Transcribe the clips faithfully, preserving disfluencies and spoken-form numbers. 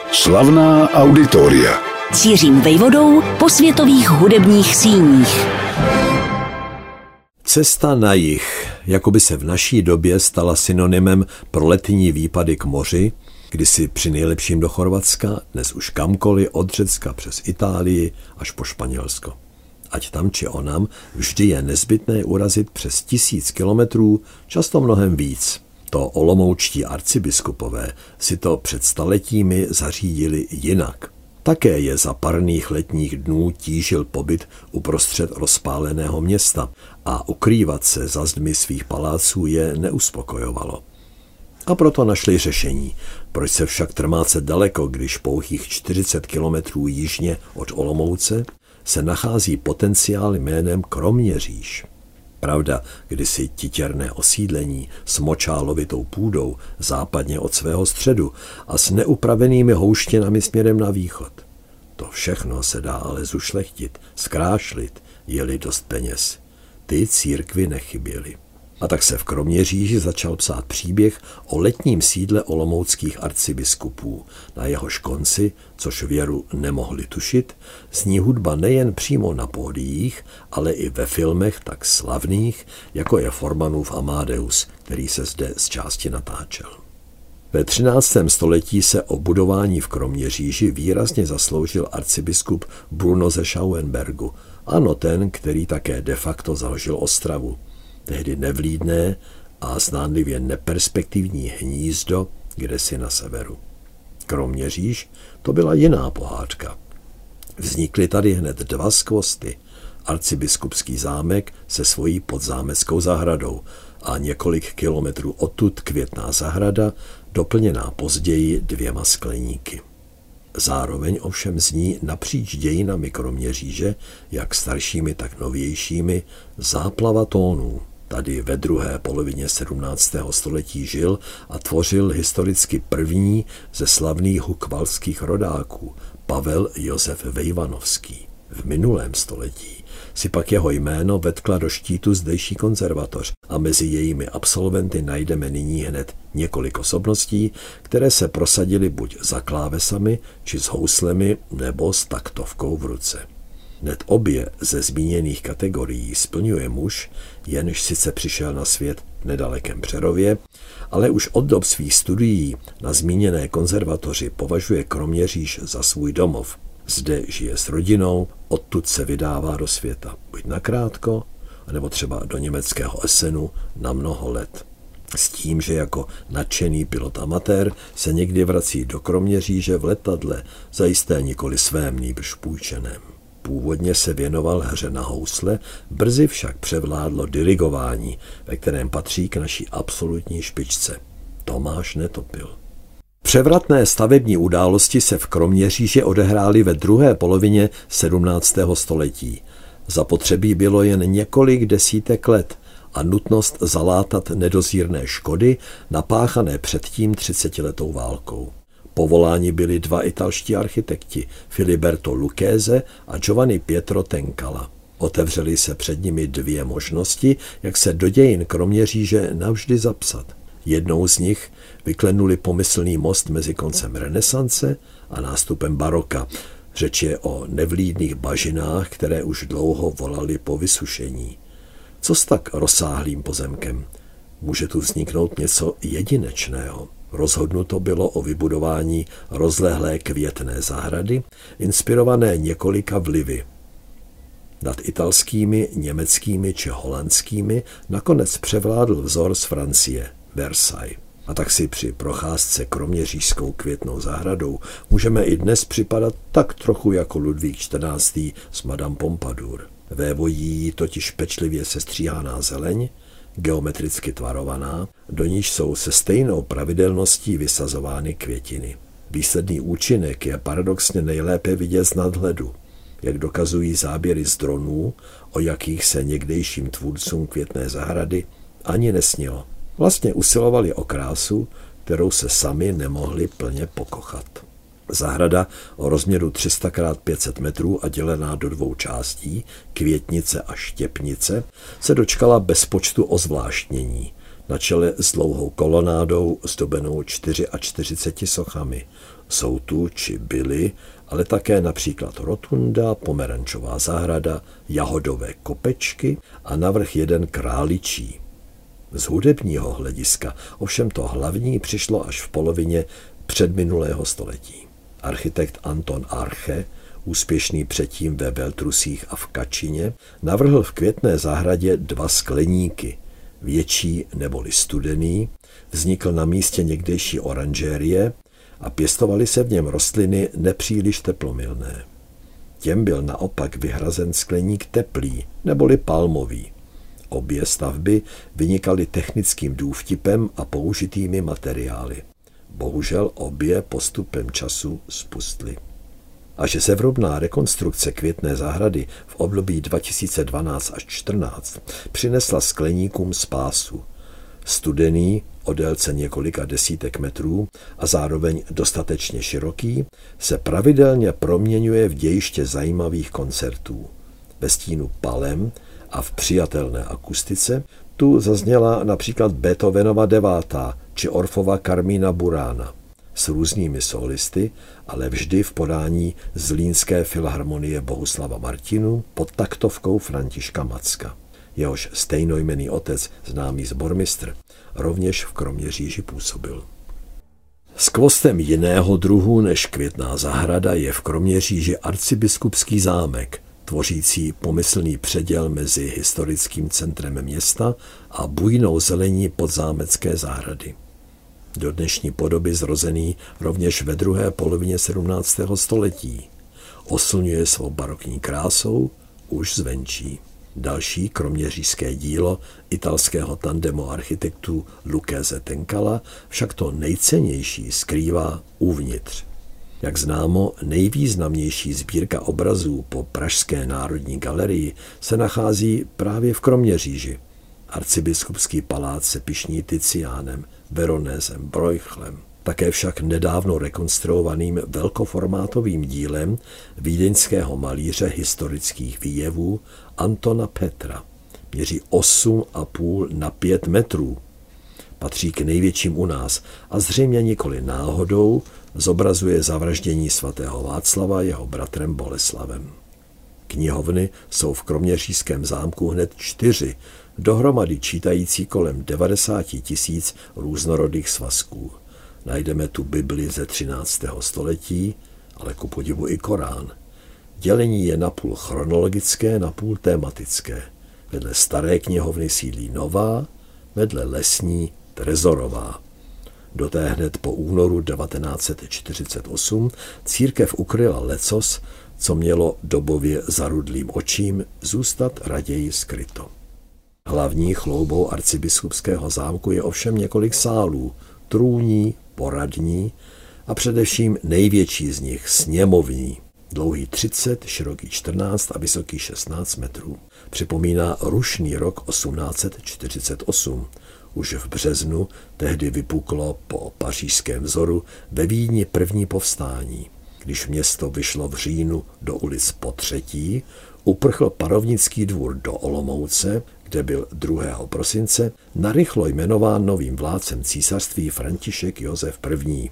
Slavná auditoria. Cířím vejvodou po světových hudebních síních. Cesta na jih, jako by se v naší době stala synonymem pro letní výpady k moři, kdysi při nejlepším do Chorvatska, dnes už kamkoliv od Řecka přes Itálii až po Španělsko. Ať tam či onam, vždy je nezbytné urazit přes tisíc kilometrů, často mnohem víc. To olomoučtí arcibiskupové si to před staletími zařídili jinak. Také je za parných letních dnů tížil pobyt uprostřed rozpáleného města a ukrývat se za zdmi svých paláců je neuspokojovalo. A proto našli řešení. Proč se však trmácet daleko, když pouhých čtyřicet kilometrů jižně od Olomouce se nachází potenciál jménem Kroměříž. Pravda, kdysi titěrné osídlení s močálovitou půdou západně od svého středu a s neupravenými houštěnami směrem na východ. To všechno se dá ale zušlechtit, zkrášlit, je-li dost peněz. Ty církvi nechyběly. A tak se v Kroměříži začal psát příběh o letním sídle olomouckých arcibiskupů. Na jehož konci, což věru nemohli tušit, zní hudba nejen přímo na pódiích, ale i ve filmech tak slavných, jako je Formanův Amadeus, který se zde z části natáčel. Ve třináctém století se o budování v Kroměříži výrazně zasloužil arcibiskup Bruno ze Schauenbergu, ano ten, který také de facto založil Ostravu. Tehdy nevlídné a zdánlivě neperspektivní hnízdo kdesi na severu. Kroměříž to byla jiná pohádka. Vznikly tady hned dva skvosty. Arcibiskupský zámek se svojí podzámeckou zahradou a několik kilometrů odtud Květná zahrada, doplněná později dvěma skleníky. Zároveň ovšem zní napříč dějinami Kroměříže, jak staršími, tak novějšími, záplava tónů. Tady ve druhé polovině sedmnáctého století žil a tvořil historicky první ze slavných hukvalských rodáků, Pavel Josef Vejvanovský. V minulém století si pak jeho jméno vetkla do štítu zdejší konzervatoř a mezi jejími absolventy najdeme nyní hned několik osobností, které se prosadily buď za klávesami, či s houslemi, nebo s taktovkou v ruce. Hned obě ze zmíněných kategorií splňuje muž, jenž sice přišel na svět v nedalekém Přerově, ale už od dob svých studií na zmíněné konzervatoři považuje Kroměříž za svůj domov. Zde žije s rodinou, odtud se vydává do světa, buď nakrátko, nebo třeba do německého Essenu na mnoho let. S tím, že jako nadšený pilot amatér se někdy vrací do Kroměříže v letadle, zajisté nikoli svém, nýbrž půjčeném. Původně se věnoval hře na housle, brzy však převládlo dirigování, ve kterém patří k naší absolutní špičce. Tomáš Netopil. Převratné stavební události se v Kroměříži odehrály ve druhé polovině sedmnáctého století. Zapotřebí bylo jen několik desítek let a nutnost zalátat nedozírné škody napáchané předtím třicetiletou válkou. Povoláni byli dva italští architekti, Filiberto Lucchese a Giovanni Pietro Tencala. Otevřely se před nimi dvě možnosti, jak se do dějin Kroměříže navždy zapsat. Jednou z nich vyklenuli pomyslný most mezi koncem renesance a nástupem baroka. Řeč je o nevlídných bažinách, které už dlouho volaly po vysušení. Co s tak rozsáhlým pozemkem? Může tu vzniknout něco jedinečného. Rozhodnuto bylo o vybudování rozlehlé květné zahrady, inspirované několika vlivy. Nad italskými, německými či holandskými nakonec převládl vzor z Francie, Versailles. A tak si při procházce Kroměřížskou květnou zahradou můžeme i dnes připadat tak trochu jako Ludvík čtrnáctý s Madame Pompadour. Vévojí jí totiž pečlivě sestříhaná zeleň, geometricky tvarovaná, do níž jsou se stejnou pravidelností vysazovány květiny. Výsledný účinek je paradoxně nejlépe vidět z nadhledu, jak dokazují záběry z dronů, o jakých se někdejším tvůrcům květné zahrady ani nesnilo. Vlastně usilovali o krásu, kterou se sami nemohli plně pokochat. Zahrada o rozměru tři sta krát pět set metrů a dělená do dvou částí, květnice a štěpnice, se dočkala bezpočtu ozvláštnění. Na čele s dlouhou kolonádou zdobenou čtyřiceti čtyřmi sochami. Jsou tu či byly, ale také například rotunda, pomerančová zahrada, jahodové kopečky a navrch jeden králičí. Z hudebního hlediska ovšem to hlavní přišlo až v polovině předminulého století. Architekt Anton Arche, úspěšný předtím ve Veltrusích a v Kačině, navrhl v Květné zahradě dva skleníky. Větší neboli studený, vznikl na místě někdejší oranžérie a pěstovaly se v něm rostliny nepříliš teplomilné. Těm byl naopak vyhrazen skleník teplý neboli palmový. Obě stavby vynikaly technickým důvtipem a použitými materiály. Bohužel obě postupem času spustly. Až zevrubná rekonstrukce Květné zahrady v období dva tisíce dvanáct až čtrnáct přinesla skleníkům spásu. Studený, o délce několika desítek metrů a zároveň dostatečně široký, se pravidelně proměňuje v dějiště zajímavých koncertů. Ve stínu palem a v přijatelné akustice tu zazněla například Beethovenova devátá či Orffova Carmina Burana s různými solisty, ale vždy v podání Zlínské filharmonie Bohuslava Martinu pod taktovkou Františka Macka. Jehož stejnojmenný otec, známý sbormistr, rovněž v Kroměříži působil. Skvostem jiného druhu než Květná zahrada je v Kroměříži arcibiskupský zámek, tvořící pomyslný předěl mezi historickým centrem města a bujnou zelení podzámecké zahrady. Do dnešní podoby zrozený rovněž ve druhé polovině sedmnáctého století. Oslňuje svou barokní krásou už zvenčí. Další kroměřížské dílo italského tandemu architektů Lucchese Tencala však to nejcennější skrývá uvnitř. Jak známo, nejvýznamnější sbírka obrazů po Pražské národní galerii se nachází právě v Kroměříži. Arcibiskupský palác se pyšní Ticiánem, Veronézem, Breuchlem. Také však nedávno rekonstruovaným velkoformátovým dílem vídeňského malíře historických výjevů Antona Petra. Měří osm a půl na pět metrů. Patří k největším u nás a zřejmě nikoli náhodou zobrazuje zavraždění svatého Václava jeho bratrem Boleslavem. Knihovny jsou v kroměřížském zámku hned čtyři, dohromady čítající kolem devadesát tisíc různorodých svazků. Najdeme tu Bibli ze třináctého století, ale ku podivu i Korán. Dělení je napůl chronologické, napůl tematické. Vedle staré knihovny sídlí nová, vedle lesní trezorová. Do té hned po únoru devatenáct set čtyřicet osm církev ukryla lecos, co mělo dobově zarudlým očím zůstat raději skryto. Hlavní chloubou arcibiskupského zámku je ovšem několik sálů, trůní, poradní a především největší z nich sněmovní. Dlouhý třicet, široký čtrnáct a vysoký šestnáct metrů. Připomíná rušný rok osmnáct set čtyřicet osm. Už v březnu tehdy vypuklo po pařížském vzoru ve Vídni první povstání. Když město vyšlo v říjnu do ulic po třetí, uprchl panovnický dvůr do Olomouce, kde byl druhého prosince narychlo jmenován novým vládcem císařství František Josef I.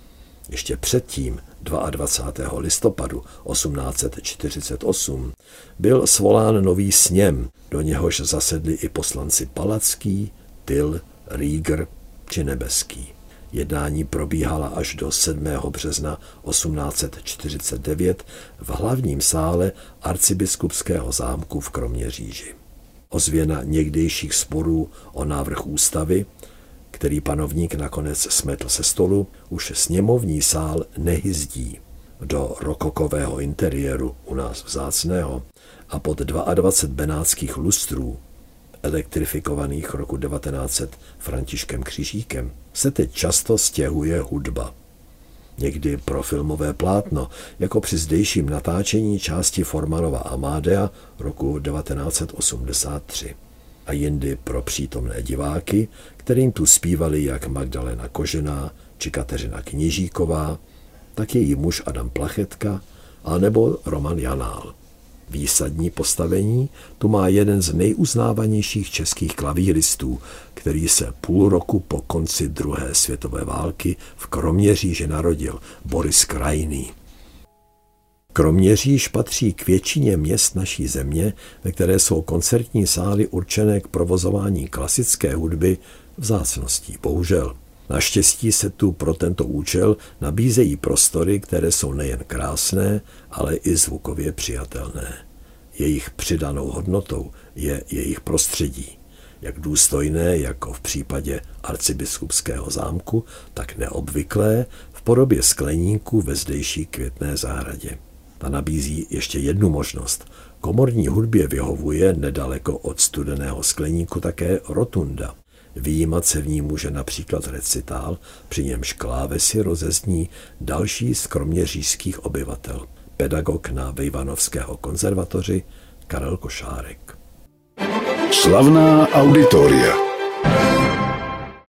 Ještě předtím, dvacátého druhého listopadu osmnáct set čtyřicet osm, byl svolán nový sněm, do něhož zasedli i poslanci Palacký, Tyl, Rieger či Nebeský. Jednání probíhala až do sedmého března osmnáct set čtyřicet devět v hlavním sále arcibiskupského zámku v Kroměříži. Ozvěna někdejších sporů o návrh ústavy, který panovník nakonec smetl se stolu, už sněmovní sál nehyzdí. Do rokokového interiéru, u nás vzácného, a pod dvacet dva benátských lustrů, elektrifikovaných roku devatenáct set Františkem Křižíkem, se teď často stěhuje hudba. Někdy pro filmové plátno, jako při zdejším natáčení části Formanova Amadea roku devatenáct set osmdesát tři. A jindy pro přítomné diváky, kterým tu zpívali jak Magdalena Kožená či Kateřina Kněžíková, tak její muž Adam Plachetka, anebo Roman Janál. Výsadní postavení tu má jeden z nejuznávanějších českých klavíristů, který se půl roku po konci druhé světové války v Kroměříži narodil, Boris Krajný. Kroměříž patří k většině měst naší země, ve které jsou koncertní sály určené k provozování klasické hudby vzácností, bohužel. Naštěstí se tu pro tento účel nabízejí prostory, které jsou nejen krásné, ale i zvukově přijatelné. Jejich přidanou hodnotou je jejich prostředí, jak důstojné, jako v případě arcibiskupského zámku, tak neobvyklé v podobě skleníku ve zdejší Květné zahradě. Ta nabízí ještě jednu možnost. Komorní hudbě vyhovuje nedaleko od studeného skleníku také rotunda. Vyjímat se v ní může například recitál, při němž klávesy rozezní další z kroměřížských obyvatel. Pedagog na Vejvanovského konzervatoři Karel Košárek. Slavná auditoria.